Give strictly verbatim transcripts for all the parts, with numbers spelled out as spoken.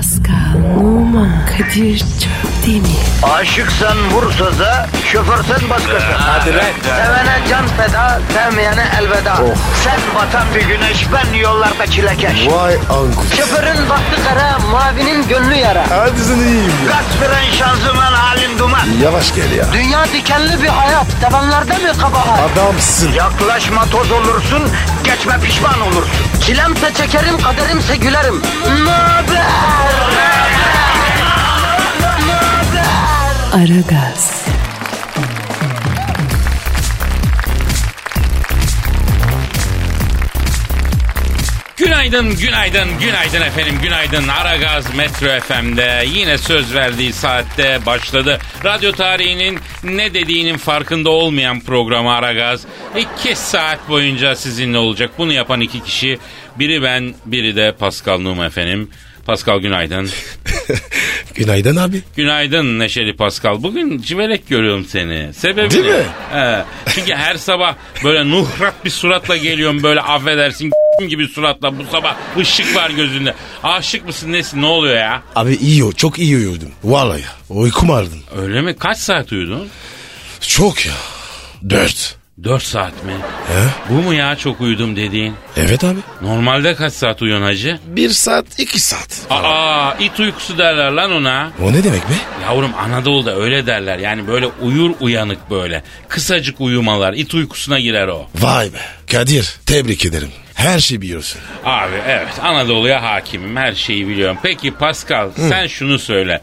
Pascal, Oman, Kadir çok değil mi? Aşıksan vursa da, şoförsen başkasın. Hadi lan. Sevene can feda, sevmeyene elveda. Oh. Sen batan bir güneş, ben yollarda çilekeş. Vay anku. Şoförün baktı kara, mavinin gönlü yara. Hadi sen iyiyim ya. Kasperen şanzıman halin duman. Yavaş gel ya. Dünya dikenli bir hayat, sevenlerde mi kabahar? Adamsın. Yaklaşma toz olursun, geçme pişman olursun. Çilemse çekerim, kaderimse gülerim. Möber! Aragaz. Günaydın, günaydın, günaydın efendim, günaydın. Aragaz Metro F M'de yine söz verdiği saatte başladı. Radyo tarihinin ne dediğinin farkında olmayan programı Aragaz. İki saat boyunca sizinle olacak. Bunu yapan iki kişi, biri ben, biri de Pascal Numa efendim. Pascal günaydın. Günaydın abi. Günaydın neşeli Pascal. Bugün civelek görüyorum seni. Sebebi Değil ne? mi? He. Çünkü her sabah böyle nuhrat bir suratla geliyorum, böyle affedersin gibi suratla. Bu sabah ışık var gözünde. Aşık mısın nesin, ne oluyor ya? Abi iyi o, çok iyi uyudum. Vallahi uykum vardı. Öyle mi? Kaç saat uyudun? Çok ya. Dört. Dört saat mi? He? Bu mu ya çok uyudum dediğin? Evet abi. Normalde kaç saat uyuyorsun hacı? Bir saat, iki saat. Aa, it uykusu derler lan ona. O ne demek be? Yavrum Anadolu'da öyle derler. Yani böyle uyur uyanık böyle. Kısacık uyumalar. İt uykusuna girer o. Vay be. Kadir, tebrik ederim. Her şeyi biliyorsun. Abi evet, Anadolu'ya hakimim, her şeyi biliyorum. Peki Pascal, Hı. sen şunu söyle.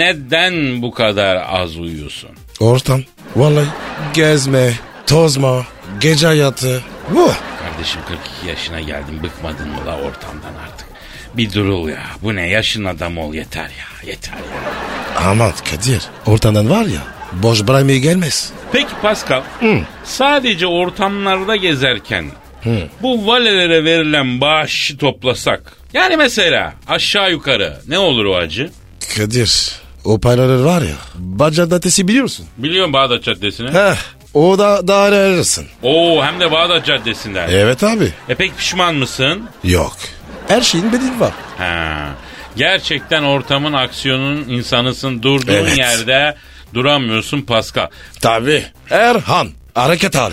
Neden bu kadar az uyuyorsun? Ortam. Vallahi gezme, tozma, gece hayatı. Bu. Kardeşim kırk iki yaşına geldin, bıkmadın mı la ortamdan artık? Bir durul ya. Bu ne, yaşın adam ol, yeter ya, yeter ya. Aman Kadir, ortamdan var ya, boş bırakmaya gelmez. Peki Pascal, Hı. sadece ortamlarda gezerken Hı. bu valelere verilen bağışı toplasak, yani mesela aşağı yukarı ne olur o acı? Kadir, o paralar var ya, Bağdat Caddesi biliyorsun. Biliyorum Bağdat Caddesi'ni. Heh, o da daha arasın. Oo, hem de Bağdat Caddesi'nden. Evet abi. E peki pişman mısın? Yok. Her şeyin bedeli var. Ha. Gerçekten ortamın, aksiyonun insanısın. Durduğun Evet. yerde duramıyorsun Pascal. Tabii. Erhan. Hareket hali.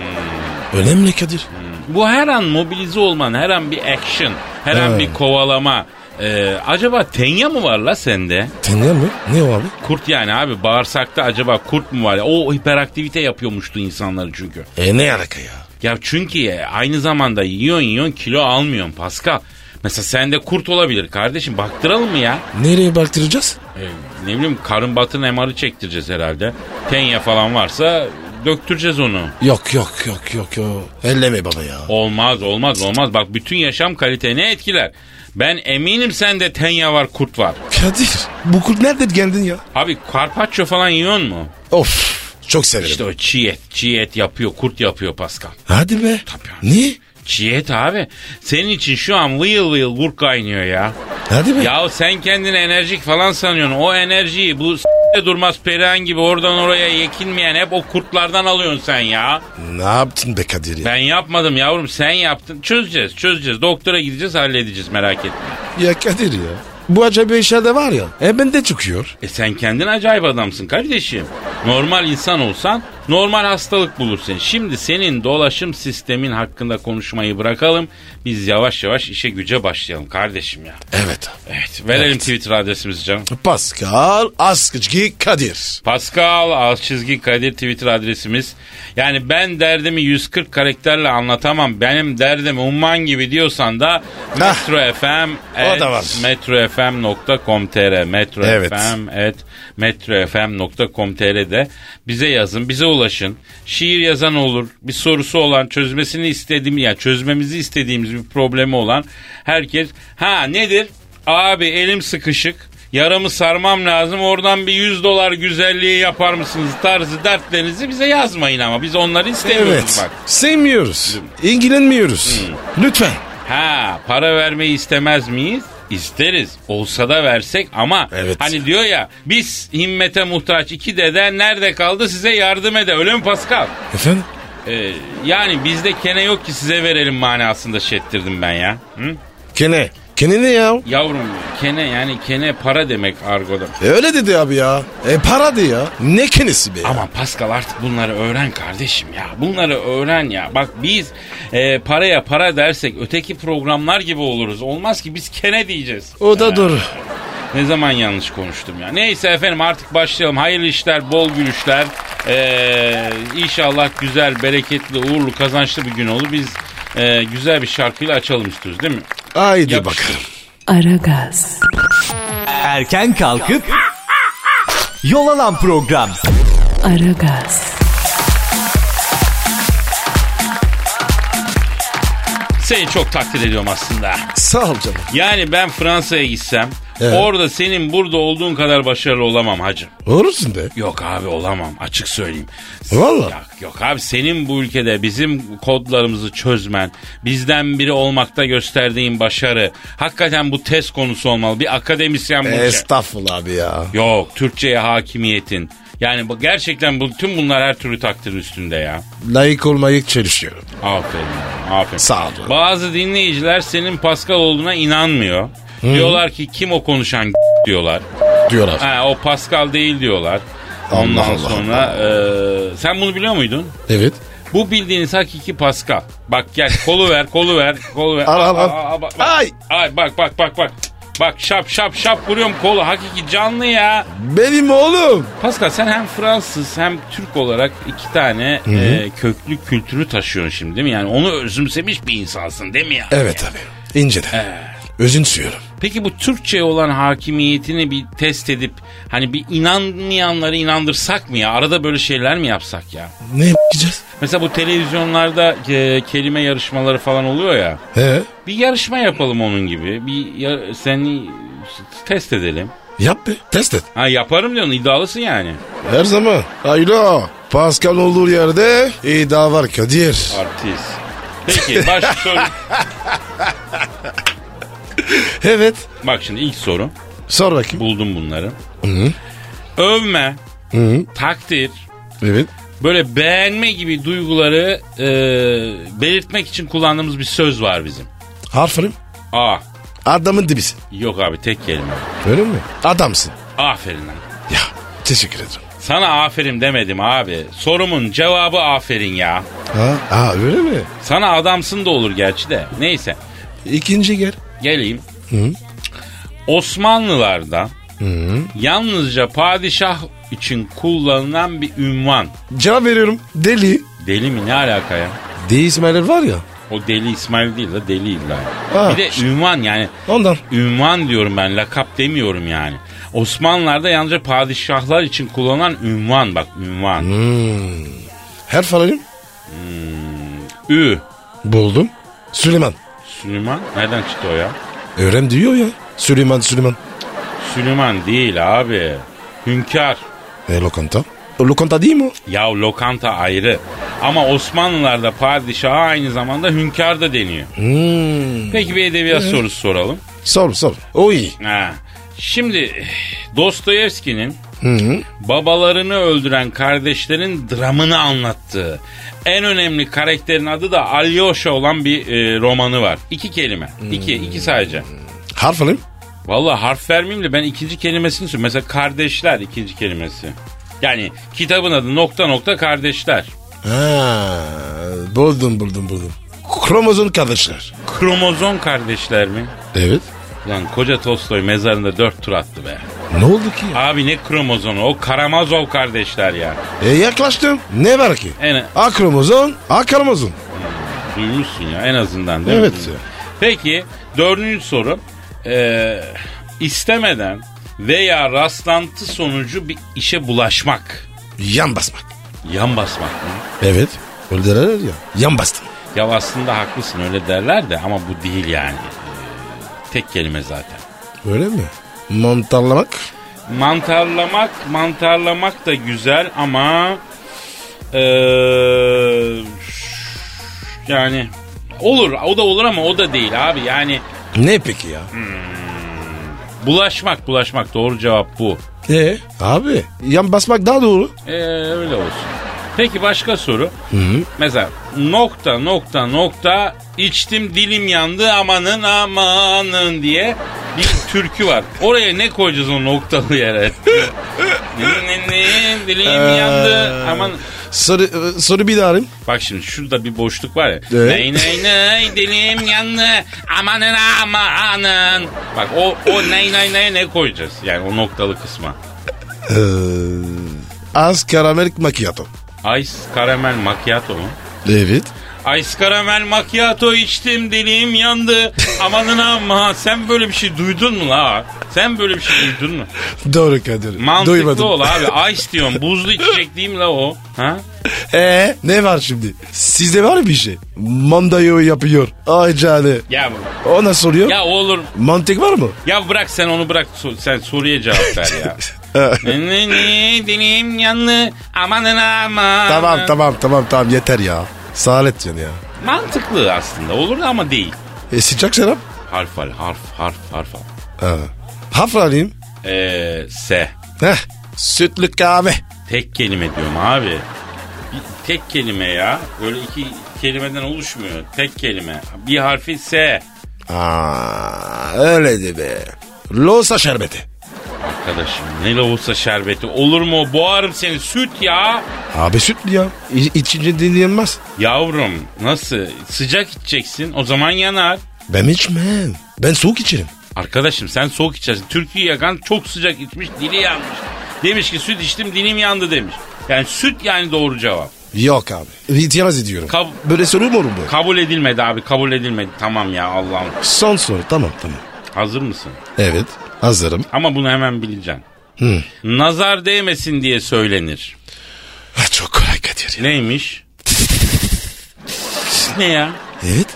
Hmm. Önemli Kadir. Hmm. Bu her an mobilize olman, her an bir action, her an Ha. bir kovalama. Ee, acaba tenya mı var la sende? Tenya mı? Ne o abi? Kurt yani abi, bağırsakta acaba kurt mu var ya? O hiperaktivite yapıyormuştu insanları çünkü. E ne alaka ya? Ya çünkü aynı zamanda yiyorsun yiyorsun kilo almıyorsun Pascal. Mesela sende kurt olabilir kardeşim, baktıralım mı ya? Nereye baktıracağız? Ee, ne bileyim, karın batın M R'ı çektireceğiz herhalde. Tenya falan varsa döktüreceğiz onu. Yok yok yok yok yok. Elleme baba ya. Olmaz olmaz olmaz, bak bütün yaşam kaliteni etkiler. Ben eminim sende tenya var, kurt var. Kadir, bu kurt nereden geldin ya? Abi karpaccio falan yiyor mu? Of, çok severim. İşte o çiğ et, çiğ et yapıyor, kurt yapıyor Pascal. Hadi be. Tabii. Niye? Çiğ et abi. Senin için şu an vıyıl vıyıl kurt kaynıyor ya. Hadi be. Ya sen kendini enerjik falan sanıyorsun. O enerjiyi bu s***de durmaz Perihan gibi oradan oraya yekinmeyen hep o kurtlardan alıyorsun sen ya. Ne yaptın be Kadir ya? Ben yapmadım yavrum, sen yaptın. Çözeceğiz çözeceğiz. Doktora gideceğiz, halledeceğiz, merak etme. Ya Kadir ya. Bu acayip işler de var ya. E bende çıkıyor. E sen kendin acayip adamsın kardeşim. Normal insan olsan normal hastalık bulur seni. Şimdi senin dolaşım sistemin hakkında konuşmayı bırakalım. Biz yavaş yavaş işe güce başlayalım kardeşim ya. Evet. Evet, verelim Evet. Twitter adresimizi canım. Pascal Askıcı Kadir. Pascal alt çizgi Kadir Twitter adresimiz. Yani ben derdimi yüz kırk karakterle anlatamam, benim derdim umman gibi diyorsan da Metro F M o da var. metro f m nokta com nokta t r metro Evet. f m at metro f m nokta com nokta t r'de bize yazın, bize ulaşın. Şiir yazan olur, bir sorusu olan, çözmesini istediğim, yani çözmemizi istediğimiz bir problemi olan herkes, ha nedir? Abi elim sıkışık, yaramı sarmam lazım, oradan bir yüz dolar güzelliği yapar mısınız tarzı dertlerinizi bize yazmayın ama biz onları istemiyoruz Evet. bak. Sevmiyoruz. İlgilenmiyoruz. Lütfen. Ha, para vermeyi istemez miyiz? İsteriz. Olsa da versek ama Evet. hani diyor ya, biz himmete muhtaç iki dede nerede kaldı size yardım ede, öyle mi Pascal? Efendim? Ee, yani bizde kene yok ki size verelim manasında şettirdim ben ya. Hı? Kene. Kene ne ya? Yavrum kene yani kene para demek argoda. E öyle dedi abi ya. E para de ya. Ne kenesi be ya? Ama Pascal artık bunları öğren kardeşim ya. Bunları öğren ya. Bak biz e, paraya para dersek öteki programlar gibi oluruz. Olmaz ki biz kene diyeceğiz. O da He. doğru. Ne zaman yanlış konuştum ya. Neyse efendim artık başlayalım. Hayırlı işler, bol gülüşler. Ee, İnşallah güzel, bereketli, uğurlu, kazançlı bir gün olur. Biz e, güzel bir şarkıyla açalım istiyoruz değil mi? Haydi Yapıştır. bakalım. Aragaz, Erken kalkıp yol alan program. Aragaz, Seni çok takdir ediyorum aslında. Sağ ol canım. Yani ben Fransa'ya gitsem Evet. orada senin burada olduğun kadar başarılı olamam hacım. Olursun de. Yok abi olamam, açık söyleyeyim. Vallahi. Yok, yok abi senin bu ülkede bizim kodlarımızı çözmen, bizden biri olmakta gösterdiğin başarı hakikaten bu test konusu olmalı. Bir akademisyen bu işe. Estağfurullah abi ya. Yok, Türkçe'ye hakimiyetin. Yani bu, gerçekten bu, tüm bunlar her türlü takdir üstünde ya. Layık olmayı çalışıyorum. Aferin, aferin. Sağ ol. Bazı dinleyiciler senin Pascal olduğuna inanmıyor. Hı. Diyorlar ki kim o konuşan diyorlar. Diyorlar. Ha, o Pascal değil diyorlar. Ondan Allah Allah. sonra e, sen bunu biliyor muydun? Evet. Bu bildiğiniz hakiki Pascal. Bak gel kolu ver kolu ver kolu ver. Al, al, al. Aa, aa, bak, bak. Ay. Ay bak bak bak bak. Bak şap şap şap vuruyorum kolu. Hakiki canlı ya. Benim oğlum. Pascal sen hem Fransız hem Türk olarak iki tane e, köklü kültürü taşıyorsun şimdi değil mi? Yani onu özümsemiş bir insansın değil mi ya? Evet abi. İnceden. Özümsüyorum. Peki bu Türkçe olan hakimiyetini bir test edip hani bir inanmayanları inandırsak mı ya? Arada böyle şeyler mi yapsak ya? Ne yapacağız? Mesela bu televizyonlarda e, kelime yarışmaları falan oluyor ya. He? Bir yarışma yapalım onun gibi. Bir ya, seni test edelim. Yap be. Test et. Ha yaparım diyorsun iddialısın yani. Her zaman. Haylo. Pascal olduğu yerde iddia var Kadir. Artist. Peki baş soru. Evet. Bak şimdi ilk soru. Sor bakayım. Buldum bunları. Hı. Övme, Hı. takdir, Evet. böyle beğenme gibi duyguları e, belirtmek için kullandığımız bir söz var bizim. Harfim. A. Adamın dibisin. Yok abi tek kelime. Öyle mi? Adamsın. Aferin lan. Ya teşekkür ederim. Sana aferin demedim abi. Sorumun cevabı aferin ya. Ha, ha öyle mi? Sana adamsın da olur gerçi de. Neyse. İkinci gel. Geleyim. Hı. Osmanlılarda Hı. yalnızca padişah için kullanılan bir ünvan. Cevap veriyorum. Deli. Deli mi ne alaka ya? Deli İsmail'ler var ya. O deli İsmail değil de deli illa. Ha. Bir de ünvan yani. Ondan. Ünvan diyorum ben, lakap demiyorum yani. Osmanlılar'da yalnızca padişahlar için kullanılan ünvan, bak ünvan. Hmm. Harf alayım. Ü. Buldum. Süleyman. Süleyman? Nereden çıktı o ya? Öğren diyor ya. Süleyman Süleyman. Süleyman değil abi. Hünkâr. E lokanta. Lokanta değil mi o? Ya lokanta ayrı. Ama Osmanlılar'da padişaha aynı zamanda hünkâr da deniyor. Hmm. Peki bir edebiyat sorusu soralım. Sor sor. O iyi. Ha. Şimdi Dostoyevski'nin Hı hı. babalarını öldüren kardeşlerin dramını anlattığı en önemli karakterin adı da Alyosha olan bir e, romanı var. İki kelime. İki, iki sadece. Harf alayım. Vallahi harf vermeyeyim de ben ikinci kelimesini söyleyeyim. Mesela kardeşler ikinci kelimesi. Yani kitabın adı nokta nokta kardeşler. Ha, buldum buldum buldum. Kromozom kardeşler. Kromozom kardeşler mi? Evet. Lan koca Tolstoy mezarında dört tur attı be. Ne oldu ki ya? Abi ne kromozomu? O Karamazov kardeşler ya. E yaklaştım. Ne var ki? En, A kromozom, A kromozom. duymuşsun ya en azından değil Evet. mi? Peki dördüncü soru. Ee, istemeden veya rastlantı sonucu bir işe bulaşmak. Yan basmak. Yan basmak mı? Evet. Öyle derler ya. Yan bastım. Ya aslında haklısın öyle derler de ama bu değil yani. Ee, tek kelime zaten. Öyle mi? Mantarlamak. Mantarlamak, mantarlamak da güzel ama ee, yani olur, o da olur ama o da değil abi. Yani Ne peki ya? bulaşmak, bulaşmak doğru cevap bu. E abi yan basmak daha doğru. Ee, öyle olsun. Peki başka soru. Hı-hı. Mesela nokta nokta nokta içtim dilim yandı amanın amanın diye bir türkü var. Oraya ne koyacağız o noktalı yere? Dilim yandı aman. Soru, soru bir daha arayayım. Bak şimdi şurada bir boşluk var ya. Evet. Ney ney ney dilim yandı amanın amanın. Bak o, o ney ney ney ne koyacağız? Yani o noktalı kısma. Ee, az karamel macchiato. Ice karamel macchiato mu? Evet. Ice karamel macchiato içtim dilim yandı. Amanın ama sen böyle bir şey duydun mu la? Sen böyle bir şey duydun mu? Doğru Kadir. Mantıklı Duymadım. ol abi. Ice diyorum. Buzlu içecek değil mi la o? Ha? Eee ne var şimdi? Sizde var mı bir şey? Mandayo yapıyor. Ay canı. Ya O nasıl soruyor? ya olur. Mantık var mı? Ya bırak sen onu bırak. So- sen soruya cevap ver ya. Ne ne ne dilim yandı. Amanın aman. Tamam tamam tamam tamam yeter ya. Sağlet can ya. Mantıklı aslında. Olur da ama değil. E sıcak şarap? Harf al. Harf harf harf al. Ha. Hafra alayım. Eee S. Heh. Sütlü kahve. Tek kelime diyorum abi. Bir tek kelime ya. Böyle iki kelimeden oluşmuyor. Tek kelime. Bir harfi S. Aa, öyle de be. Losa şerbeti. Arkadaşım ne lavusa şerbeti olur mu? Boğarım seni, süt ya. Abi süt mü ya? İ- içince dinlenmez. Yavrum nasıl? Sıcak içeceksin o zaman yanar. Ben içmem. Ben soğuk içerim. Arkadaşım sen soğuk içersin. Türküyü yakan çok sıcak içmiş, dili yanmış. Demiş ki süt içtim, dilim yandı demiş. Yani süt yani doğru cevap. Yok abi. İtiraz ediyorum. Kab- Böyle soru mu olur bu? kabul edilmedi abi, kabul edilmedi. Tamam ya Allah'ım. Son soru. Tamam tamam. Hazır mısın? Evet. Hazırım. Ama bunu hemen bileceksin. Hı. Nazar değmesin diye söylenir. Ha, çok kolay Kadir. Neymiş? Ne ya? Evet.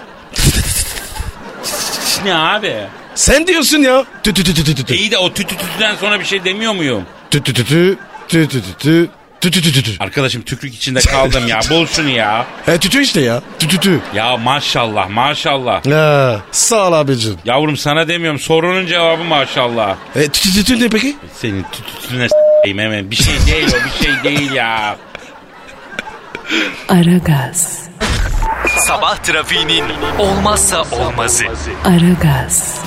Ne abi? Sen diyorsun ya. Tü tü tü tü tü tü. İyi de o tütü tütüden sonra bir şey demiyor muyum? Tü tü tü tü. Tü tü tü tü. Tü tü tü tü tü. Arkadaşım tükürük içinde kaldım ya. Bul şunu ya. E tütü işte ya. Tü tü tü. Ya maşallah maşallah. Ha, sağ ol abicim. Yavrum sana demiyorum. Sorunun cevabı maşallah. E tü tü tü tü ne peki? Senin tütütüne s**eyim hemen. Bir şey değil o, bir şey değil ya. Aragaz, Sabah trafiğinin olmazsa olmazı. Aragaz,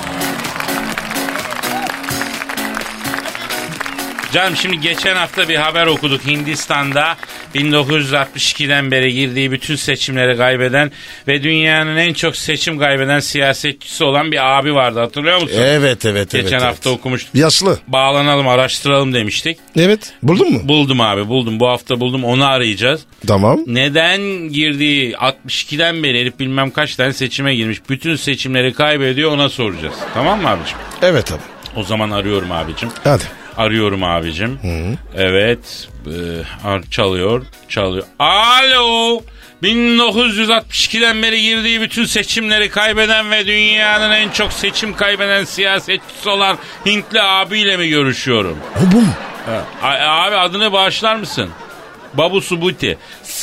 Canım şimdi geçen hafta bir haber okuduk. Hindistan'da bin dokuz yüz altmış ikiden beri girdiği bütün seçimleri kaybeden ve dünyanın en çok seçim kaybeden siyasetçisi olan bir abi vardı, hatırlıyor musun? Evet evet evet. Geçen evet. hafta okumuştuk. Yaşlı. Bağlanalım, araştıralım demiştik. Evet. Buldun mu? Buldum abi, buldum. Bu hafta buldum, onu arayacağız. Tamam. Neden girdiği altmış ikiden beri herif bilmem kaç tane seçime girmiş. Bütün seçimleri kaybediyor, ona soracağız. Tamam mı abicim? Evet abi. O zaman arıyorum abicim. Hadi. Arıyorum abicim. Evet. E, çalıyor. Çalıyor. Alo. bin dokuz yüz altmış ikiden beri girdiği bütün seçimleri kaybeden ve dünyanın en çok seçim kaybeden siyasetçisi olan Hintli abiyle mi görüşüyorum? O bu mu? Ha. A- abi adını bağışlar mısın? Babu Subuti.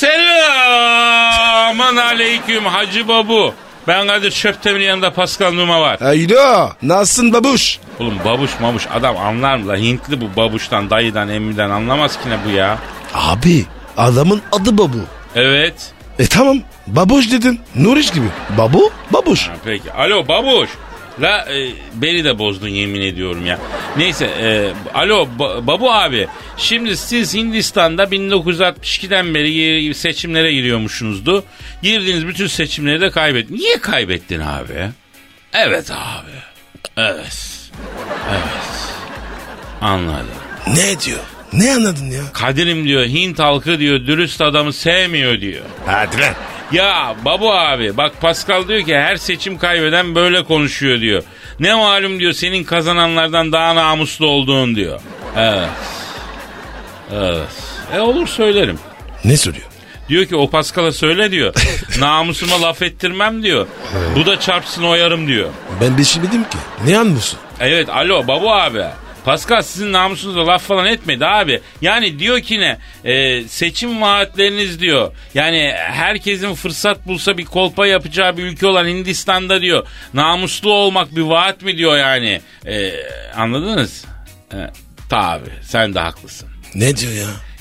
Selamun aleyküm Hacı Babu. Ben Kadir Çöptemir'in yanında Pascal Numa var. Haydo. Nasılsın babuş? Oğlum babuş mabuş adam anlar mı la? Hintli bu babuştan, dayıdan, emmiden anlamaz ki ne bu ya? Abi adamın adı babu. Evet. E tamam. Babuş dedin. Nuriş gibi. Babu, babuş. Ha, peki. Alo babuş. La e, beni de bozdun yemin ediyorum ya. Neyse e, alo ba- Babu abi. Şimdi siz Hindistan'da bin dokuz yüz altmış ikiden beri seçimlere giriyormuşsunuzdu. Girdiğiniz bütün seçimleri de kaybettin. Niye kaybettin abi? Evet abi. Evet. Evet. Anladım. Ne diyor? Ne anladın ya? Kadir'im diyor, Hint halkı diyor dürüst adamı sevmiyor diyor. Hadi lan. Ya Babu abi bak Pascal diyor ki her seçim kaybeden böyle konuşuyor diyor. Ne malum diyor senin kazananlardan daha namuslu olduğun diyor. Evet. Evet. E olur söylerim. Ne söylüyor? Diyor ki o Pascal'a söyle diyor. Namusuma laf ettirmem diyor. Bu da çarpsın oyarım diyor. Ben bir şey dedim ki. Ne anlıyorsun? Evet alo Babu abi. Pascal sizin namusunuza laf falan etmedi abi. Yani diyor ki ne e, seçim vaatleriniz diyor. Yani herkesin fırsat bulsa bir kolpa yapacağı bir ülke olan Hindistan'da diyor. Namuslu olmak bir vaat mi diyor yani. E, anladınız? E, tabii sen de haklısın. Ne diyor ya?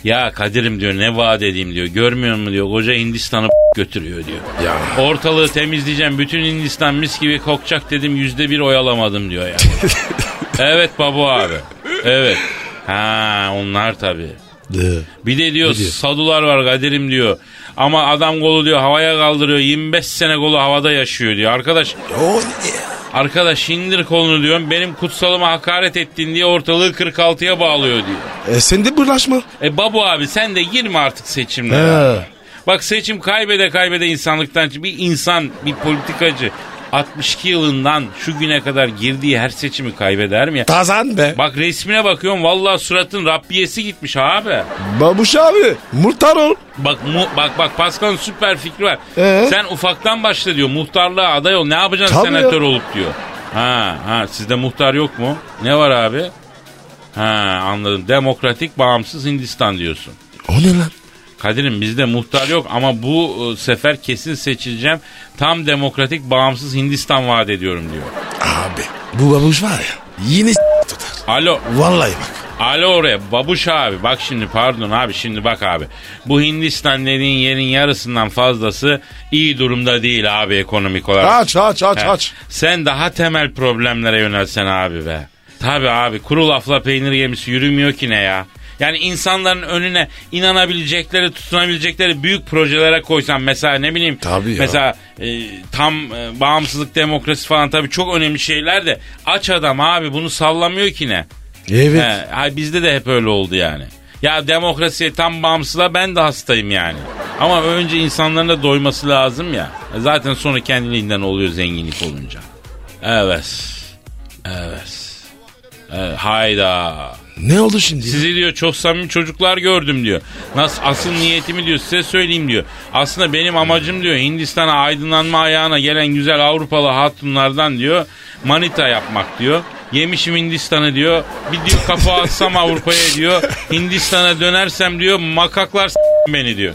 Ya Kadir'im diyor ne vaat edeyim diyor. Görmüyor musun diyor. Koca Hindistan'ı götürüyor diyor. Ya. Ortalığı temizleyeceğim. Bütün Hindistan mis gibi kokacak dedim. Yüzde bir oyalamadım diyor ya. Evet Babu abi. Evet. Ha onlar tabii. Bir de diyor sadular var Kadir'im diyor. Ama adam kolu diyor havaya kaldırıyor. yirmi beş sene kolu havada yaşıyor diyor. Arkadaş. O Arkadaş indir kolunu diyorum. Benim kutsalıma hakaret ettin diye ortalığı kırk altıya bağlıyor diyor. E sen de bulaşma. E Babu abi sen de girme artık seçimlere. Bak seçim kaybede kaybede insanlıktan bir insan, bir politikacı altmış iki yılından şu güne kadar girdiği her seçimi kaybeder mi ya? Tazan be. Bak resmine bakıyorum vallahi suratın Rabbiyesi gitmiş abi. Babuş abi muhtar ol. Bak mu, bak bak Pascal'ın süper fikri var. Ee? Sen ufaktan başla diyor. Muhtarlığa aday ol. Ne yapacaksın Tabii senatör ya. olup diyor. Ha ha sizde muhtar yok mu? Ne var abi? Ha anladım. Demokratik bağımsız Hindistan diyorsun. O ne lan? Kadir'im bizde muhtar yok ama bu sefer kesin seçileceğim. Tam demokratik bağımsız Hindistan vaat ediyorum diyor. Abi bu babuş var ya yine tutar. Alo. Vallahi bak. Alo oraya babuş abi bak şimdi pardon abi şimdi bak abi. Bu Hindistan dediğin yerin yarısından fazlası iyi durumda değil abi ekonomik olarak. Aç aç aç He. aç. Sen daha temel problemlere yönelsen abi be. Tabii abi kuru lafla peynir gemisi yürümüyor ki ne ya. Yani insanların önüne inanabilecekleri, tutunabilecekleri büyük projelere koysan mesela ne bileyim. Tabii ya. Mesela e, tam e, bağımsızlık, demokrasi falan tabii çok önemli şeyler de aç adam abi bunu sallamıyor ki ne. Evet. He, ay bizde de hep öyle oldu yani. Ya demokrasiye tam bağımsızlığa ben de hastayım yani. Ama önce insanların da doyması lazım ya. Zaten sonra kendiliğinden oluyor zenginlik olunca. Evet. Evet. evet. Hayda. Ne oldu şimdi? Sizi diyor çok samimi çocuklar gördüm diyor. Nasıl asıl niyetimi diyor size söyleyeyim diyor. Aslında benim amacım diyor Hindistan'a aydınlanma ayağına gelen güzel Avrupalı hatunlardan diyor manita yapmak diyor. Yemişim Hindistan'ı diyor. Bir diyor kafa atsam Avrupa'ya diyor. Hindistan'a dönersem diyor makaklar s- beni diyor.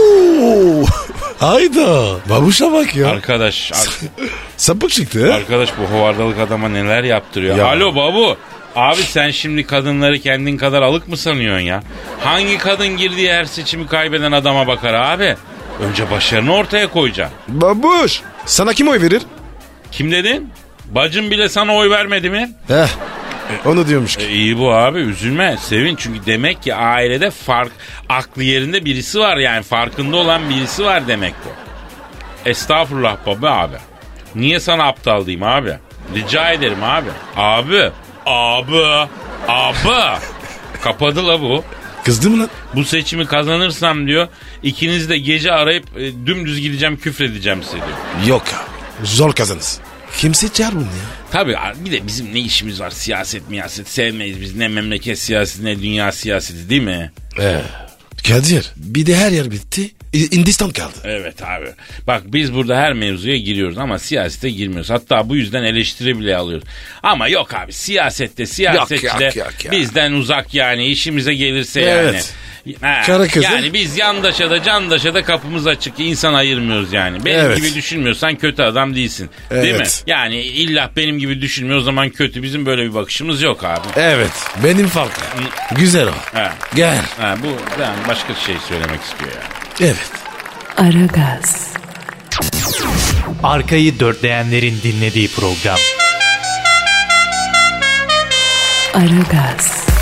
Oo! Hayda. Babuşa bak ya. Arkadaş. Ar- Sapık çıktı. arkadaş bu hovardalık adama neler yaptırıyor. Ya. Alo babu. Abi sen şimdi kadınları kendin kadar alık mı sanıyorsun ya? Hangi kadın girdiği her seçimi kaybeden adama bakar abi? Önce başarını ortaya koyacaksın. Babuş. Sana kim oy verir? Kim dedin? Bacım bile sana oy vermedi mi? Heh. Onu diyormuş ki. E, iyi bu abi üzülme sevin çünkü demek ki ailede fark aklı yerinde birisi var yani farkında olan birisi var demek bu. Estağfurullah baba abi. Niye sana aptal diyeyim abi? Rica ederim abi. Abi. Abi. Abi. Kapadı la bu. Kızdı mı lan? Bu seçimi kazanırsam diyor ikiniz de gece arayıp e, dümdüz gideceğim küfredeceğim size diyor. Yok abi. Zor kazanız. Kim seçer bunu ya? Tabii bir de bizim ne işimiz var siyaset miyaset sevmeyiz biz ne memleket siyaseti ne dünya siyaseti değil mi? Ee, Kadir bir de her yer bitti. Hindistan kaldı. Evet abi. Bak biz burada her mevzuya giriyoruz ama siyasete girmiyoruz. Hatta bu yüzden eleştiri bile alıyoruz. Ama yok abi siyasette siyasetçi Yok, de yok, yok ya. bizden uzak yani işimize gelirse Evet. yani. Ha, Kara kızım. yani biz yandaşa da candaşa da kapımız açık insan ayırmıyoruz yani. Benim Evet. gibi düşünmüyorsan kötü adam değilsin. Değil mi? Evet. Yani illa benim gibi düşünmüyor o zaman kötü. Bizim böyle bir bakışımız yok abi. Evet. Benim farkım. Güzel o. Ha. Gel. Ha, bu yani başka şey söylemek istiyor yani. Evet. Aragaz, Arkayı dörtleyenlerin dinlediği program. Aragaz,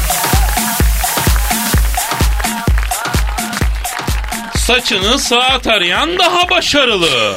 Saçını sağa tarayan daha başarılı.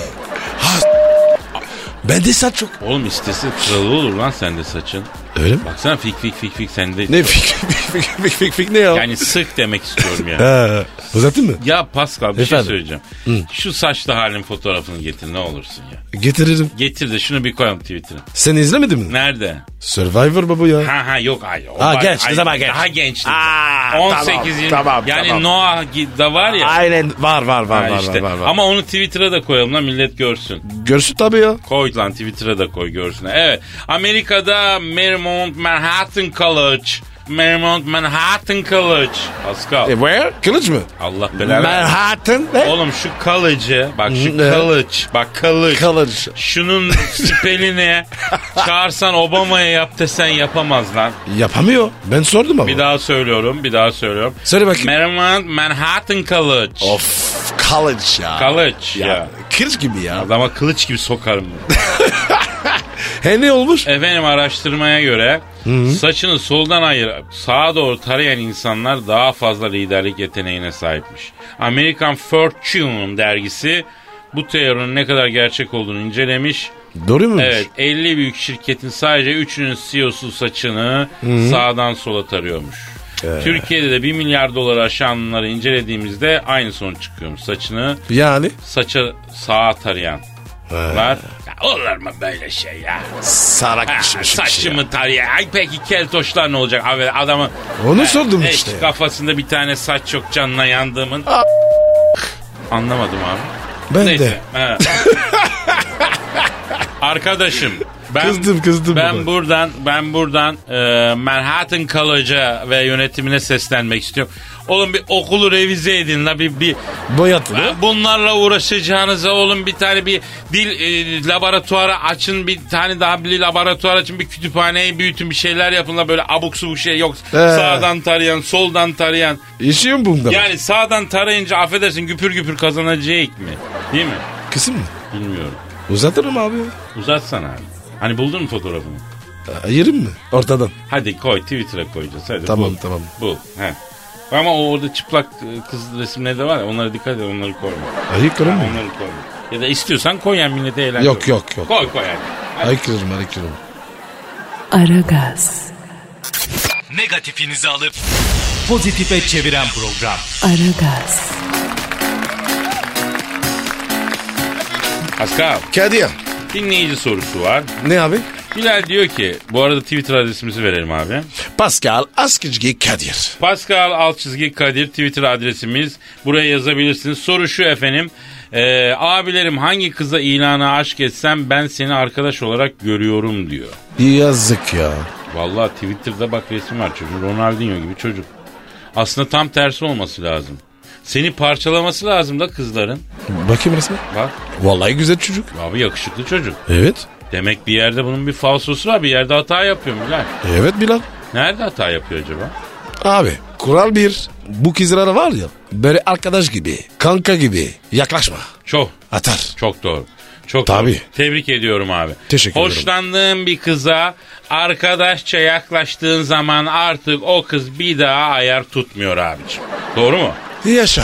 Bende saç çok. Oğlum istese kralı olur lan sende saçın. Öyle mi? Baksana fik fik fik fik sende. Ne fik fik fik fik fik fik ne ya? Yani sık demek istiyorum ya. He. Uzatın mı? Ya Pascal bir Efendim? şey söyleyeceğim. Şu saçlı halin fotoğrafını getir ne olursun ya. Getiririm. Getir de şunu bir koyalım Twitter'a. Sen izlemedin mi? Nerede? Survivor baba ya. Ha ha yok ay. o Ha, var- genç, ay, ne zaman genç? Daha genç. Aa, on sekiz yirmi. tamam, yani tamam. Noah da var ya. Aynen var var var Ha var, işte. var var var. Ama onu Twitter'a da koyalım lan millet görsün. Görsün tabii ya. Koy lan Twitter'a da koy görsün. Evet. Amerika'da Marymount Manhattan College Marymount Manhattan College. Pascal. E, where? Kılıç mı? Allah belanı. Manhattan ne? Oğlum şu kalıcı, bak şu Ne? kılıç, bak kılıç. Kılıç. Şunun spelini çağırsan Obama'ya yap desen yapamaz lan. Yapamıyor. Ben sordum ama. Bir daha söylüyorum, bir daha söylüyorum. Söyle bakayım. Marymount Manhattan College. Of, kılıç ya. Kılıç ya. ya. Kılıç gibi ya. Adama kılıç gibi sokarım. He ne olmuş? Efendim araştırmaya göre Hı-hı. saçını soldan ayırıp sağa doğru tarayan insanlar daha fazla liderlik yeteneğine sahipmiş. American Fortune dergisi bu teorinin ne kadar gerçek olduğunu incelemiş. Doğru muymuş? Evet, elli büyük şirketin sadece üçünün C E O'su saçını Hı-hı. sağdan sola tarıyormuş. Ee. Türkiye'de de bir milyar dolar aşanları incelediğimizde aynı sonuç çıkıyormuş. Saçını yani saça sağa tarayan. Var. Ya olur mu böyle şey ya? Sarak ha, bir şey. Saçımı tarayan. Ay peki keltoşlar ne olacak? Abi adamın onu sordum e, işte. Kafasında bir tane saç yok canına yandığımın. A- Anlamadım abi. Ben Neyse. de. Arkadaşım ben kızdım kızdım. Ben baba. buradan ben buradan e, Manhattan College'a ve yönetimine seslenmek istiyorum. Oğlum bir okulu revize edin la bir bir boyatın. Bunlarla uğraşacağınıza oğlum bir tane bir dil e, laboratuvarı açın, bir tane daha bir laboratuvar açın, bir kütüphaneyi büyütün, bir şeyler yapın la böyle abuk subuk şey yok. Ee. Sağdan tarayan, soldan tarayan. İşi mi bunda? Yani sağdan tarayınca affedersin güpür güpür kazanacak mı? Değil mi? Kısım mı? Bilmiyorum. Uzatırım abi. Uzatsana abi. Hani buldun mu fotoğrafını? Ayırayım mı? Ortadan. Hadi koy, Twitter'a koyacağız. Hadi tamam bul. tamam. Bul. He. Ama o orada çıplak kız resimleri de var ya, onlara dikkat et, onları koyma. Ayıkırım mı? Onları koyma. Ya da istiyorsan koy yani millete eğlence. Yok yok yok. Koy koy yani. Ayıkırım ayıkırım. Aragaz. Negatifinizi alıp pozitife çeviren program. Aragaz. Pascal. Kadir. Dinleyici sorusu var. Ne abi? Bilal diyor ki, bu arada Twitter adresimizi verelim abi. Pascal Askizgi Kadir. Pascal alt çizgi Kadir Twitter adresimiz. Buraya yazabilirsiniz. Soru şu efendim. Ee, abilerim hangi kıza ilana aşk etsem ben seni arkadaş olarak görüyorum diyor. Yazık ya. Vallahi Twitter'da bak resim var çocuğun. Ronaldinho gibi çocuk. Aslında tam tersi olması lazım. Seni parçalaması lazım da kızların. Bakayım resmi. Bak. Vallahi güzel çocuk. Abi yakışıklı çocuk. Evet. Demek bir yerde bunun bir falsosu var. Bir yerde hata yapıyor Bilal. Evet Bilal. Nerede hata yapıyor acaba? Abi kural bir. Bu kızlara var ya böyle arkadaş gibi, kanka gibi yaklaşma. Çok. Atar. Çok doğru. Çok Tabii. doğru. Tebrik ediyorum abi. Teşekkür ederim. Hoşlandığın bir kıza arkadaşça yaklaştığın zaman artık o kız bir daha ayar tutmuyor abiciğim. Doğru mu? Yaşa.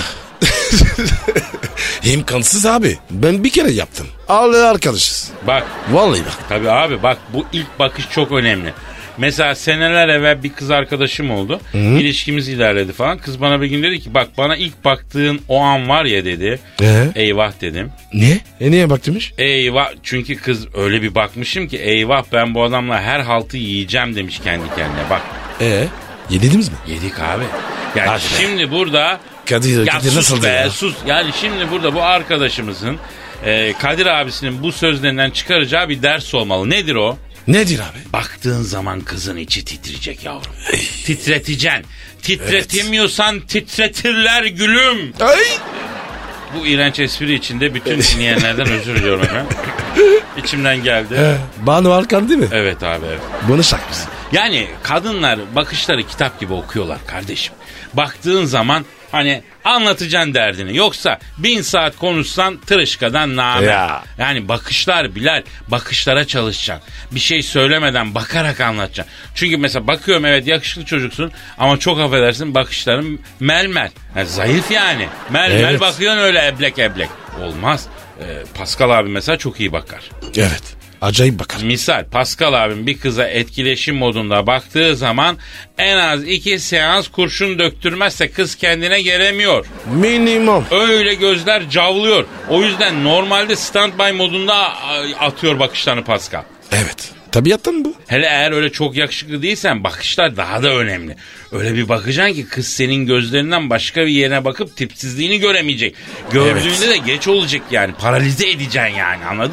İmkansız abi. Ben bir kere yaptım. Allah'a arkadaşız. Bak. Vallahi bak. Tabii abi bak bu ilk bakış çok önemli. Mesela seneler evvel bir kız arkadaşım oldu. Hı-hı. İlişkimiz ilerledi falan. Kız bana bir gün dedi ki bak bana ilk baktığın o an var ya dedi. Ee? Eyvah dedim. Niye? E niye baktırmış? Eyvah çünkü kız öyle bir bakmışım ki eyvah ben bu adamla her haltı yiyeceğim demiş kendi kendine bak. Ee? Yediniz mi? Yedik abi. Yani Hadi şimdi burada Kadir, ya Kadir sus nasıl be ya? sus. Yani şimdi burada bu arkadaşımızın e, Kadir abisinin bu sözlerinden çıkaracağı bir ders olmalı. Nedir o? Nedir abi? Baktığın zaman kızın içi titreyecek yavrum. Titreteceksin. Titretemiyorsan evet. Titretirler gülüm. Ay. Bu iğrenç espri içinde bütün dinleyenlerden özür diliyorum efendim. İçimden geldi. Ee, Banu Alkan değil mi? Evet abi evet. Bunu şakmışsın. Yani kadınlar bakışları kitap gibi okuyorlar kardeşim. Baktığın zaman hani anlatacaksın derdini. Yoksa bin saat konuşsan tırışkadan name. Ya. Yani bakışlar Bilal, bakışlara çalışacaksın. Bir şey söylemeden bakarak anlatacaksın. Çünkü mesela bakıyorum evet yakışıklı çocuksun ama çok affedersin bakışların melmel. Yani zayıf yani. Melmel evet. Bakıyorsun öyle eblek eblek. Olmaz. Ee, Pascal abi mesela çok iyi bakar. Evet. Acayip bakar. Misal Pascal abim bir kıza etkileşim modunda baktığı zaman en az iki seans kurşun döktürmezse kız kendine gelemiyor. Minimum. Öyle gözler cavlıyor. O yüzden normalde standby modunda atıyor bakışlarını Pascal. Evet. Tabiattan mı bu? Hele eğer öyle çok yakışıklı değilsen bakışlar daha da önemli. Öyle bir bakacaksın ki kız senin gözlerinden başka bir yerine bakıp tipsizliğini göremeyecek. Gördüğünde evet. De geç olacak yani. Paralize edeceksin yani anladın?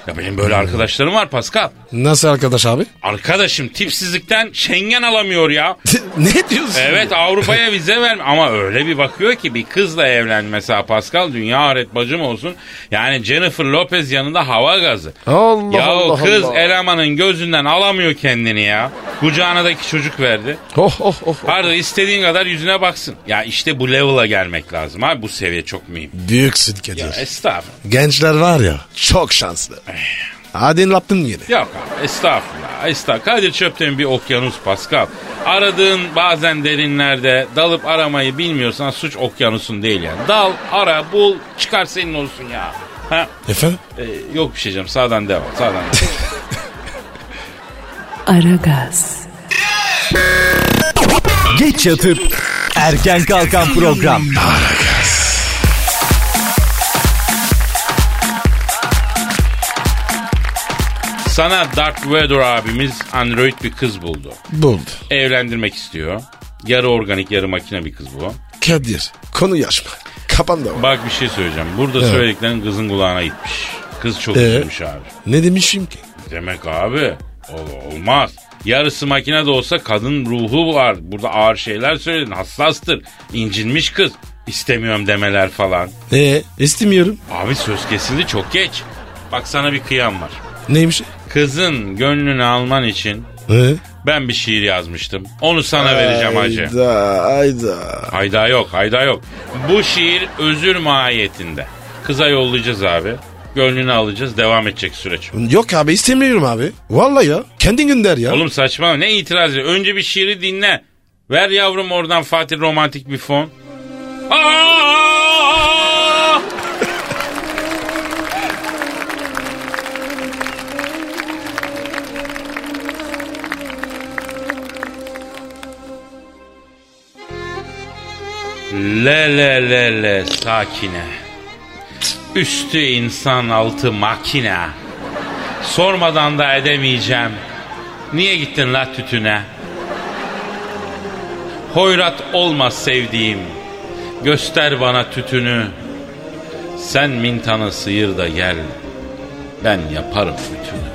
Ya benim böyle arkadaşlarım var Pascal. Nasıl arkadaş abi? Arkadaşım tipsizlikten Schengen alamıyor ya. Ne diyorsun? Evet, Avrupa'ya vize verme ama öyle bir bakıyor ki bir kızla evlen mesela Pascal, dünya ahiret bacım olsun. Yani Jennifer Lopez yanında hava gazı. Allah ya Allah kız Allah. elemanın gözünden alamıyor kendini ya. Kucağına da iki çocuk verdi. Oh oh oh. Pardon, istediğin kadar yüzüne baksın. Ya işte bu level'a gelmek lazım abi, bu seviye çok mühim. Büyüksün Kadir. Ya estağfurullah. Gençler var ya çok şanslı. Hadi yaptın yine. Yok abi, estağfurullah. Estağfurullah. Kadir Çöptemir bir okyanus Pascal. Aradığın bazen derinlerde, dalıp aramayı bilmiyorsan suç okyanusun değil yani. Dal, ara, bul, çıkar senin olsun ya. Ha? Efendim? Ee, yok bir şey canım, sağdan devam, sağdan devam. Aragaz, Geç yatıp erken kalkan program. Sana Darth Vader abimiz android bir kız buldu. Buldu. Evlendirmek istiyor. Yarı organik yarı makine bir kız bu. Kadir konu yaşma. Kapandı o. Bak bir şey söyleyeceğim. Burada Evet. söylediklerin kızın kulağına gitmiş. Kız çok Ee? üzülmüş abi. Ne demişim ki? Demek abi ol- olmaz. Yarısı makine de olsa kadın ruhu var. Burada ağır şeyler söyledin. Hassastır. İncinmiş kız. İstemiyorum demeler falan. Ee, istemiyorum. Abi söz kesildi çok geç. Bak sana bir kıyam var. Neymiş? Kızın gönlünü alman için Ee? ben bir şiir yazmıştım. Onu sana vereceğim hacı. Hayda hayda. Hayda yok, hayda yok. Bu şiir özür mahiyetinde. Kıza yollayacağız abi. Gönlünü alacağız, devam edecek süreç. Yok abi istemiyorum abi. Vallahi ya. Kendin gönder ya. Oğlum saçma, ne itiraz ediyor? Önce bir şiiri dinle. Ver yavrum oradan Fatih romantik bir fon. Aa! Le le le le sakine. Üstü insan altı makine. Sormadan da edemeyeceğim. Niye gittin la tütüne? Hoyrat olmaz sevdiğim. Göster bana tütünü. Sen mintanı sıyır da gel. Ben yaparım bütünü.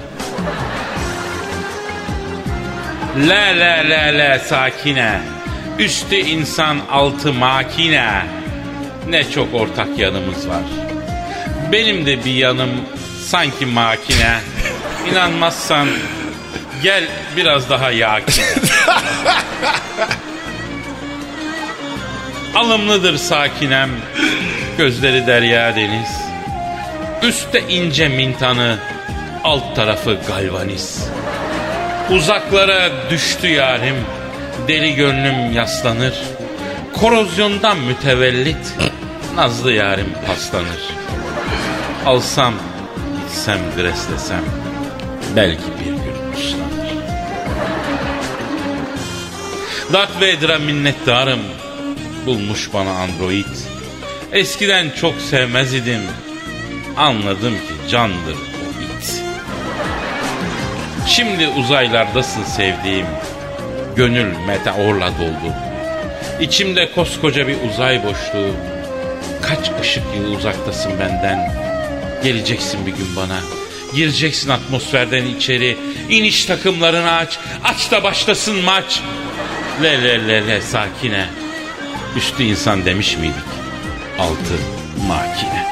Le le le le sakine. Üstü insan altı makine. Ne çok ortak yanımız var. Benim de bir yanım sanki makine. İnanmazsan gel biraz daha yakine. Alımlıdır sakinem, gözleri derya deniz. Üstte ince mintanı, alt tarafı galvaniz. Uzaklara düştü yarim, deli gönlüm yaslanır. Korozyondan mütevellit, nazlı yarim paslanır. Alsam, gitsem, greslesem, belki bir gün uslanır. Darth Vader'a minnettarım, bulmuş bana android. Eskiden çok sevmez idim, anladım ki candır o it. Şimdi uzaylardasın sevdiğim, gönül meteorla doldu. İçimde koskoca bir uzay boşluğu. Kaç ışık yılı uzaktasın benden. Geleceksin bir gün bana. Gireceksin atmosferden içeri. İniş takımlarını aç. Aç da başlasın maç. Le le le le sakine. Üstü insan demiş miydik? Altı makine.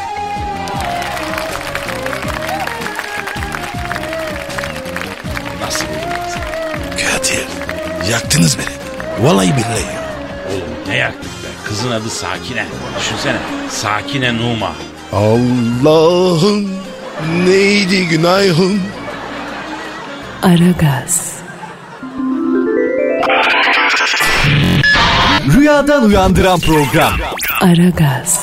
Nasıl buldunuz? Kadir yaktınız beni. Vallahi billahi ya. Oğlum ne yaktık be? Kızın adı Sakine. Düşünsene. Sakine Numa. Allah'ım neydi günahım? Aragaz, Rüyadan uyandıran program. Aragaz,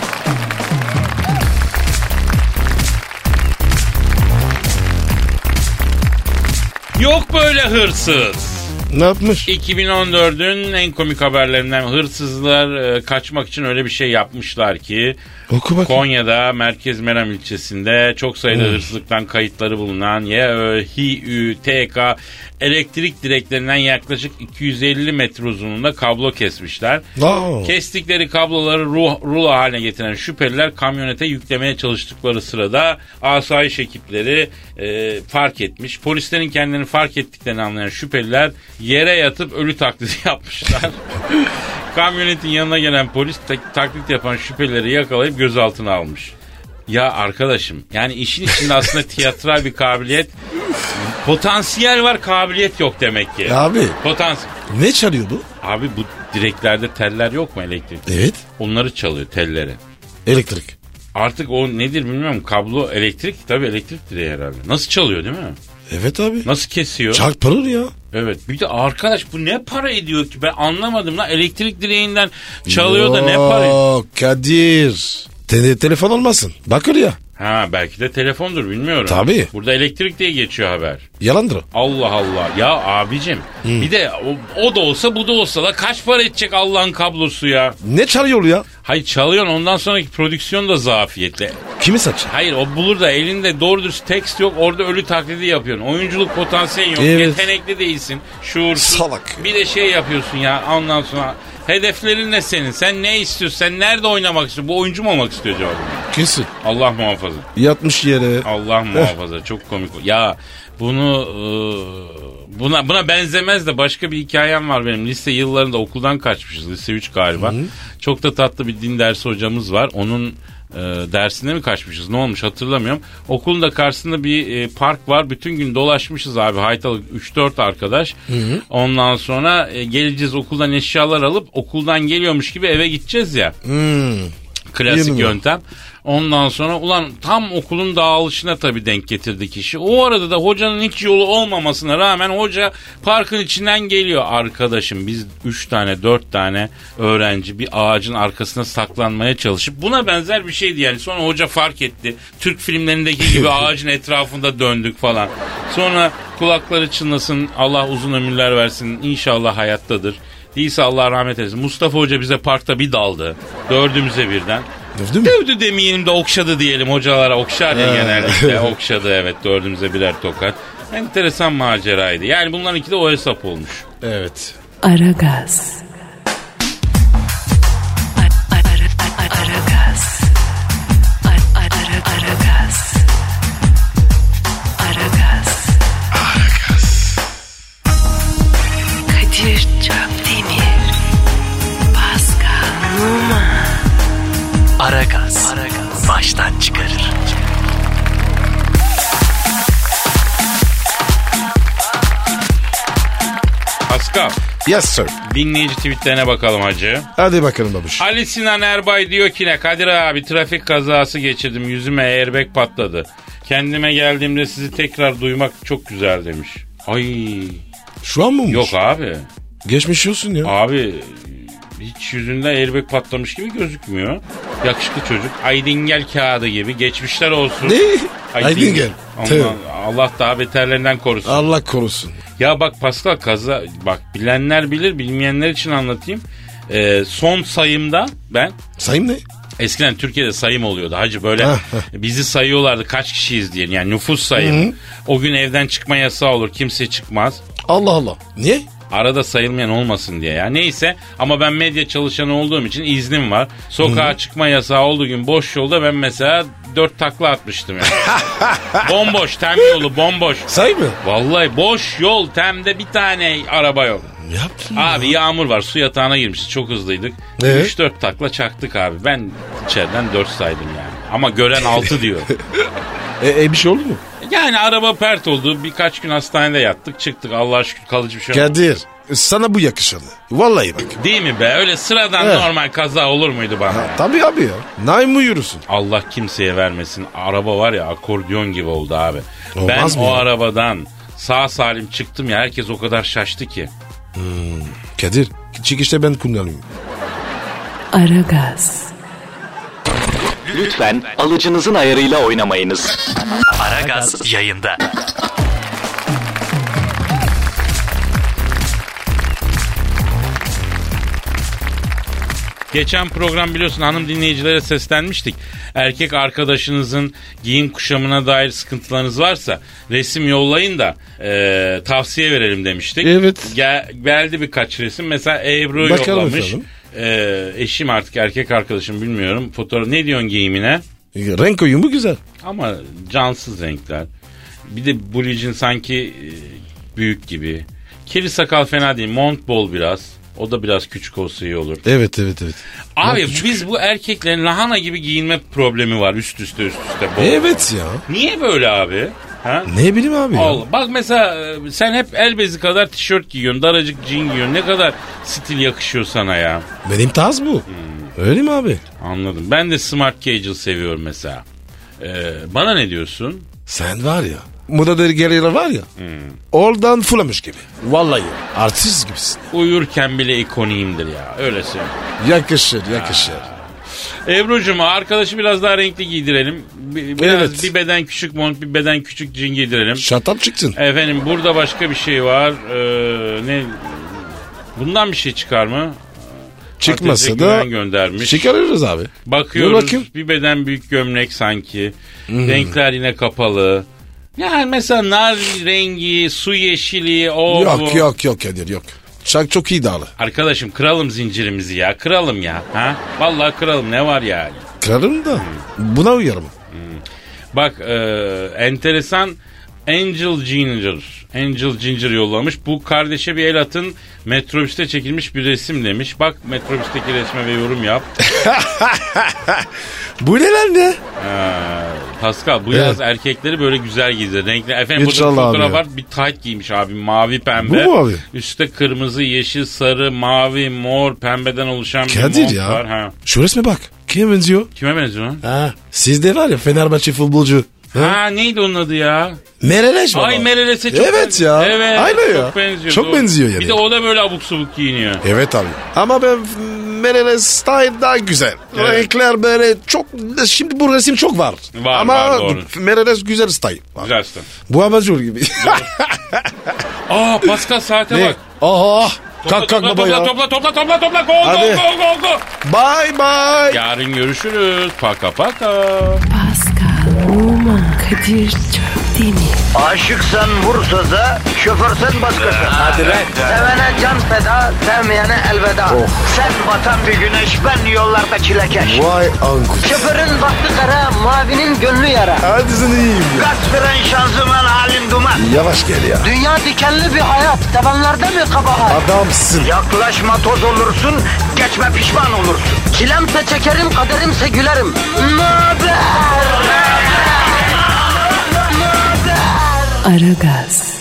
Yok böyle hırsız. Ne yapmış? iki bin on dördün en komik haberlerinden, hırsızlar e, kaçmak için öyle bir şey yapmışlar ki Oku bakayım. Konya'da Merkez Meram ilçesinde çok sayıda hırsızlıktan kayıtları bulunan Y Ö H Ü T K elektrik direklerinden yaklaşık iki yüz elli metre uzunluğunda kablo kesmişler. Aa. Kestikleri kabloları ruh, rulo haline getiren şüpheliler kamyonete yüklemeye çalıştıkları sırada asayiş ekipleri e, fark etmiş. Polislerin kendilerini fark ettiklerini anlayan şüpheliler yere yatıp ölü taklidi yapmışlar. Kamyonetin yanına gelen polis tak- taklit yapan şüphelileri yakalayıp gözaltına almış. Ya arkadaşım, yani işin içinde aslında tiyatral bir kabiliyet, potansiyel var, kabiliyet yok demek ki. Abi. Potansiyel. Ne çalıyor bu? Abi bu direklerde teller yok mu, elektrik? Evet. Onları çalıyor, telleri. Elektrik. Artık o nedir bilmiyorum, kablo elektrik, tabii elektrik direği herhalde. Nasıl çalıyor değil mi? Evet abi. Nasıl kesiyor? Çarpılır ya. Evet. Bir de arkadaş bu ne para ediyor ki, ben anlamadım lan, elektrik direğinden çalıyor da ne para ediyor? Yok Kadir. Te- telefon olmasın. Bakır ya. Ha belki de telefondur, bilmiyorum. Tabii. Burada elektrik diye geçiyor haber. Yalandır o. Allah Allah. Ya abicim hmm. bir de o, o da olsa bu da olsa da kaç para edecek Allah'ın kablosu ya? Ne çalıyor ya? Hayır çalıyorsun, ondan sonraki prodüksiyon da zafiyetli. Kimi saç? Hayır o bulur da elinde doğru dürüst tekst yok, orada ölü taklidi yapıyorsun. Oyunculuk potansiyelin yok, evet. Yetenekli değilsin, şuursuz. Salak. Bir de şey yapıyorsun ya, ondan sonra hedeflerin ne senin? Sen ne istiyorsun? Sen nerede oynamak istiyorsun? Bu oyuncu mu olmak istiyor acaba? Kesin. Allah muhafaza. Yatmış yere. Allah muhafaza. Çok komik. Ya bunu e, buna buna benzemez de başka bir hikayem var benim. Lise yıllarında okuldan kaçmışız. Lise üç galiba. Hı-hı. Çok da tatlı bir din dersi hocamız var. Onun e, dersine mi kaçmışız? Ne olmuş hatırlamıyorum. Okulun da karşısında bir e, park var. Bütün gün dolaşmışız abi. Haytalık üç dört arkadaş. Hı-hı. Ondan sonra e, geleceğiz, okuldan eşyalar alıp okuldan geliyormuş gibi eve gideceğiz ya. Hmm. Klasik yöntem. Ondan sonra ulan tam okulun dağılışına tabii denk getirdik işi. O arada da hocanın hiç yolu olmamasına rağmen hoca parkın içinden geliyor. Arkadaşım biz üç tane dört tane öğrenci bir ağacın arkasına saklanmaya çalışıp, buna benzer bir şeydi yani. Sonra hoca fark etti. Türk filmlerindeki gibi ağacın etrafında döndük falan. Sonra kulakları çınlasın, Allah uzun ömürler versin, İnşallah hayattadır. Değilse Allah rahmet eylesin. Mustafa Hoca bize parkta bir daldı. Dördümüze birden. Dövdü mü? Dövdü demeyelim de okşadı diyelim. Hocalara okşar ya genellikle. Okşadı evet, dördümüze birer tokat. Enteresan maceraydı. Yani bunlarınki de o hesap olmuş. Evet. Aragaz. Aragaz. Aragaz. Aragaz. Kadir Çöpdemir, Pascal Numa. Aragaz. Baştan çıkarır. Pascal. Yes sir. Dinleyici tweetlerine bakalım hacı. Hadi bakalım babuş. Ali Sinan Erbay diyor ki ne? Kadir abi trafik kazası geçirdim. Yüzüme airbag patladı. Kendime geldiğimde sizi tekrar duymak çok güzel demiş. Ay. Şu an mı olmuş? Yok abi. Geçmiş olsun ya. Abi hiç yüzünde airbag patlamış gibi gözükmüyor. Yakışıklı çocuk. Aydingel kağıdı gibi. Geçmişler olsun. Ne? Aydingel. Allah, Allah daha beterlerinden korusun. Allah korusun. Ya bak Pascal, kaza, bak bilenler bilir, bilmeyenler için anlatayım. Ee, son sayımda ben... Sayım ne? Eskiden Türkiye'de sayım oluyordu hacı, böyle bizi sayıyorlardı kaç kişiyiz diye, yani nüfus sayımı. Hı-hı. O gün evden çıkma yasağı olur, kimse çıkmaz. Allah Allah. Niye? Arada sayılmayan olmasın diye ya. Neyse, ama ben medya çalışanı olduğum için iznim var. Sokağa Hı-hı. çıkma yasağı olduğu gün boş yolda ben mesela dört takla atmıştım yani. Bomboş, tem yolu bomboş. Say mı? Vallahi boş yol, temde bir tane araba yok. Yaptın abi ya. Yağmur var, su yatağına girmişiz, çok hızlıydık. Evet. üç dört takla çaktık abi. Ben içeriden dört saydım yani. Ama gören altı diyor. e, e bir şey oldu mu? Yani araba pert oldu. Birkaç gün hastanede yattık, çıktık. Allah'a şükür kalıcı bir şey olmadı. Kadir, sana bu yakışır. Vallahi bak. Değil mi be? Öyle sıradan evet. Normal kaza olur muydu bana? Ha, tabii abi ya. Naim mi yürüsün? Allah kimseye vermesin. Araba var ya, akordiyon gibi oldu abi. Olmaz ben mı o ya? arabadan sağ salim çıktım ya, herkes o kadar şaştı ki. Hmm. Kadir, çıkışta ben kullanıyorum. Aragaz. Lütfen alıcınızın ayarıyla oynamayınız. Aragaz yayında. Geçen program biliyorsun hanım dinleyicilere seslenmiştik. Erkek arkadaşınızın giyim kuşamına dair sıkıntılarınız varsa resim yollayın da e, tavsiye verelim demiştik. Evet. Gel, geldi birkaç resim. Mesela Ebru Bakalım yollamış. efendim. E, eşim artık erkek arkadaşım bilmiyorum. Fotoğraf ne diyorsun giyimine? Renk uyumu güzel. Ama cansız renkler. Bir de Bluejean sanki e, büyük gibi. Kirli sakal fena değil. Mont bol biraz. O da biraz küçük olsa iyi olur. Evet evet evet. Abi biz bu erkeklerin lahana gibi giyinme problemi var üst üste üst üste. Bol. Evet ya. Niye böyle abi? Ha? Ne bileyim abi ya. Allah. Bak mesela e, sen hep el bezi kadar tişört giyiyorsun. Daracık jean giyiyorsun. Ne kadar stil yakışıyor sana ya. Benim tarz bu. Hmm. Öyle mi abi? Anladım. Ben de smart casual seviyorum mesela. Ee, bana ne diyorsun? Sen var ya. Moda dergileri var ya. Hmm. Oradan fırlamış gibi. Vallahi artist gibisin. Uyurken bile ikoniyimdir ya. Öyle söyleyeyim. Yakışır yakışır. Ebru'cum arkadaşı biraz daha renkli giydirelim. Bir, biraz Evet. bir beden küçük mont, bir beden küçük jean giydirelim. Şatap çıktın. Efendim burada başka bir şey var. Ee, ne? Bundan bir şey çıkar mı? Çıkmasa Hatice da Güven göndermiş. çıkarırız abi. Bakıyoruz bir beden büyük gömlek sanki. Hmm. Renkler yine kapalı. Yani mesela nar rengi, su yeşili, o Yok bu. yok yok Kadir yok. Çok çok iyi dağlı. Arkadaşım kıralım zincirimizi ya. Kıralım ya. Ha? Vallahi kıralım ne var yani. Kırarım da hmm. buna uyarım. Hmm. Bak e, enteresan Angel Ginger. Angel Ginger yollamış. Bu kardeşe bir el atın. Metrobüste çekilmiş bir resim demiş. Bak metrobüsteki resme ve yorum yap. Bu ne lan ne? Ha, Pascal bu Evet. yaz erkekleri böyle güzel giydir. Renkli. Efendim burada İnşallah bir fotoğraf abi. var. Bir tight giymiş abi. Mavi pembe. Bu mu abi? Üstte kırmızı, yeşil, sarı, mavi, mor, pembeden oluşan bir Kadir mont ya. var. Ha. Şu resme bak. Kime benziyor? Kime benziyor lan? Ha. Sizde var ya Fenerbahçe futbolcu. Ha? Ha neydi onun adı ya? Mereleş baba. Ay Mereles'e çok Evet benziyor. ya. Evet. Aynı ya. Çok benziyor. Çok doğru. benziyor yani. Bir de o da böyle abuk subuk giyiniyor. Evet abi. Ama ben Mereleş style daha güzel. Evet. Renkler böyle çok... Şimdi bu resim çok var. Var, Ama var, doğru. Mereleş güzel style. Güzel style. Bu abajur gibi. Aa Pascal saate Ne? bak. Aha. Topla, Kalk kalk topla, baba topla, ya. Topla topla topla topla. Go Hadi. go go go go. Bye bye. Yarın görüşürüz. Paka paka. Pascal, Oman, Kadir çok değil mi? Aşıksan vursa da, şoförsen başkasın. Hadi lan. Sevene can feda, sevmeyene elveda. Sen batan bir güneş, ben yollarda çilekeş. Vay anku. Şoförün baktı kara, mavinin gönlü yara. Hadi sen iyiyim ya. Kasperen şanzıman halin duman. Yavaş gel ya. Dünya dikenli bir hayat, sevenlerde mi kabahar? Adamsın. Yaklaşma toz olursun, geçme pişman olursun. Çilemse çekerim, kaderimse gülerim. Möber! Aragaz.